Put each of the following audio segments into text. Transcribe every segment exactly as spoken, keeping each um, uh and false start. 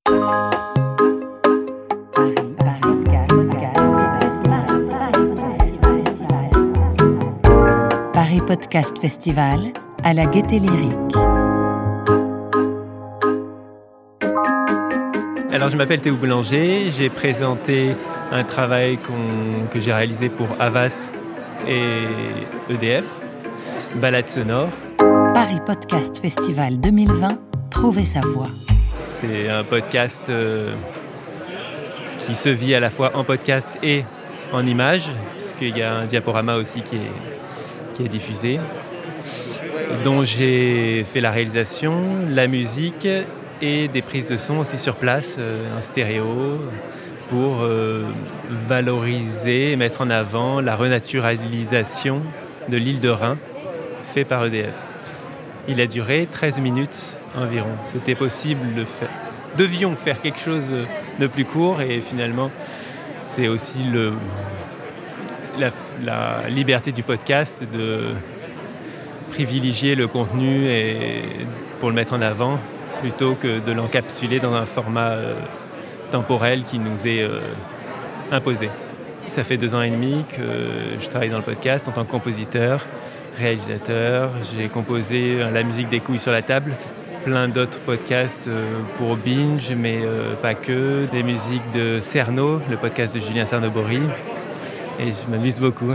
Paris Podcast Festival à la Gaîté Lyrique. Alors, je m'appelle Théo Boulanger, j'ai présenté un travail qu'on, que j'ai réalisé pour Havas et E D F, Balade sonore. Paris Podcast Festival deux mille vingt, Trouver sa voix. C'est un podcast euh, qui se vit à la fois en podcast et en image, puisqu'il y a un diaporama aussi qui est, qui est diffusé, dont j'ai fait la réalisation, la musique et des prises de son aussi sur place, euh, en stéréo, pour euh, valoriser et mettre en avant la renaturalisation de l'île de Rhin, fait par E D F. Il a duré treize minutes environ. C'était possible de faire. Devions faire quelque chose de plus court et finalement, c'est aussi le, la, la liberté du podcast de privilégier le contenu et pour le mettre en avant plutôt que de l'encapsuler dans un format euh, temporel qui nous est euh, imposé. Ça fait deux ans et demi que je travaille dans le podcast en tant que compositeur, réalisateur. J'ai composé la musique des couilles sur la table, plein d'autres podcasts pour Binge, mais pas que, des musiques de Cerno, le podcast de Julien Cernobori, et je m'amuse beaucoup.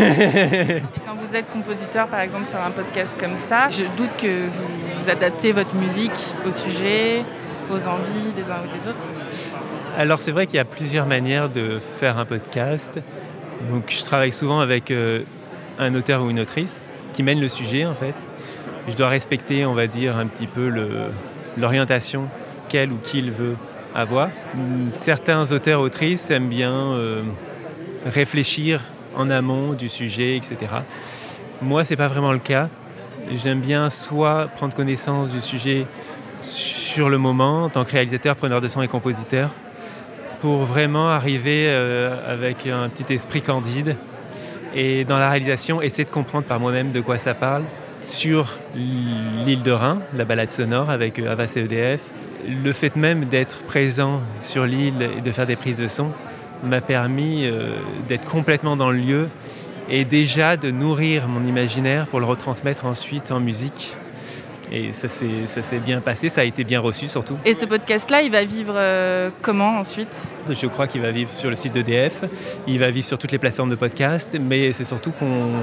Et quand vous êtes compositeur, par exemple, sur un podcast comme ça, je doute que vous, vous adaptez votre musique au sujet, aux envies des uns ou des autres. Alors c'est vrai qu'il y a plusieurs manières de faire un podcast. Donc je travaille souvent avec euh, un auteur ou une autrice qui mène le sujet en fait. Je dois respecter, on va dire, un petit peu le, l'orientation qu'elle ou qu'il veut avoir. Certains auteurs-autrices aiment bien euh, réfléchir en amont du sujet, et cetera. Moi, c'est pas vraiment le cas. J'aime bien soit prendre connaissance du sujet sur le moment, en tant que réalisateur, preneur de son et compositeur, pour vraiment arriver euh, avec un petit esprit candide et dans la réalisation, essayer de comprendre par moi-même de quoi ça parle. Sur l'île de Rhin, la balade sonore avec Havas et E D F, le fait même d'être présent sur l'île et de faire des prises de son m'a permis euh, d'être complètement dans le lieu et déjà de nourrir mon imaginaire pour le retransmettre ensuite en musique. Et ça s'est, ça s'est bien passé, ça a été bien reçu surtout. Et ce podcast-là, il va vivre euh, comment ensuite ? Je crois qu'il va vivre sur le site d'E D F, il va vivre sur toutes les plateformes de podcast, mais c'est surtout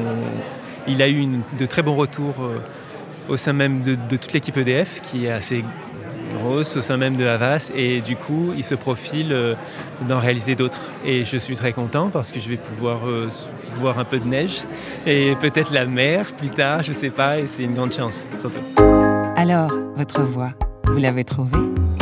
qu'il a eu une, de très bons retours euh, au sein même de, de toute l'équipe E D F, qui est assez grosse, au sein même de Havas, et du coup, il se profile euh, d'en réaliser d'autres. Et je suis très content parce que je vais pouvoir euh, voir un peu de neige et peut-être la mer plus tard, je sais pas, et c'est une grande chance surtout. Alors, votre voix, vous l'avez trouvée ?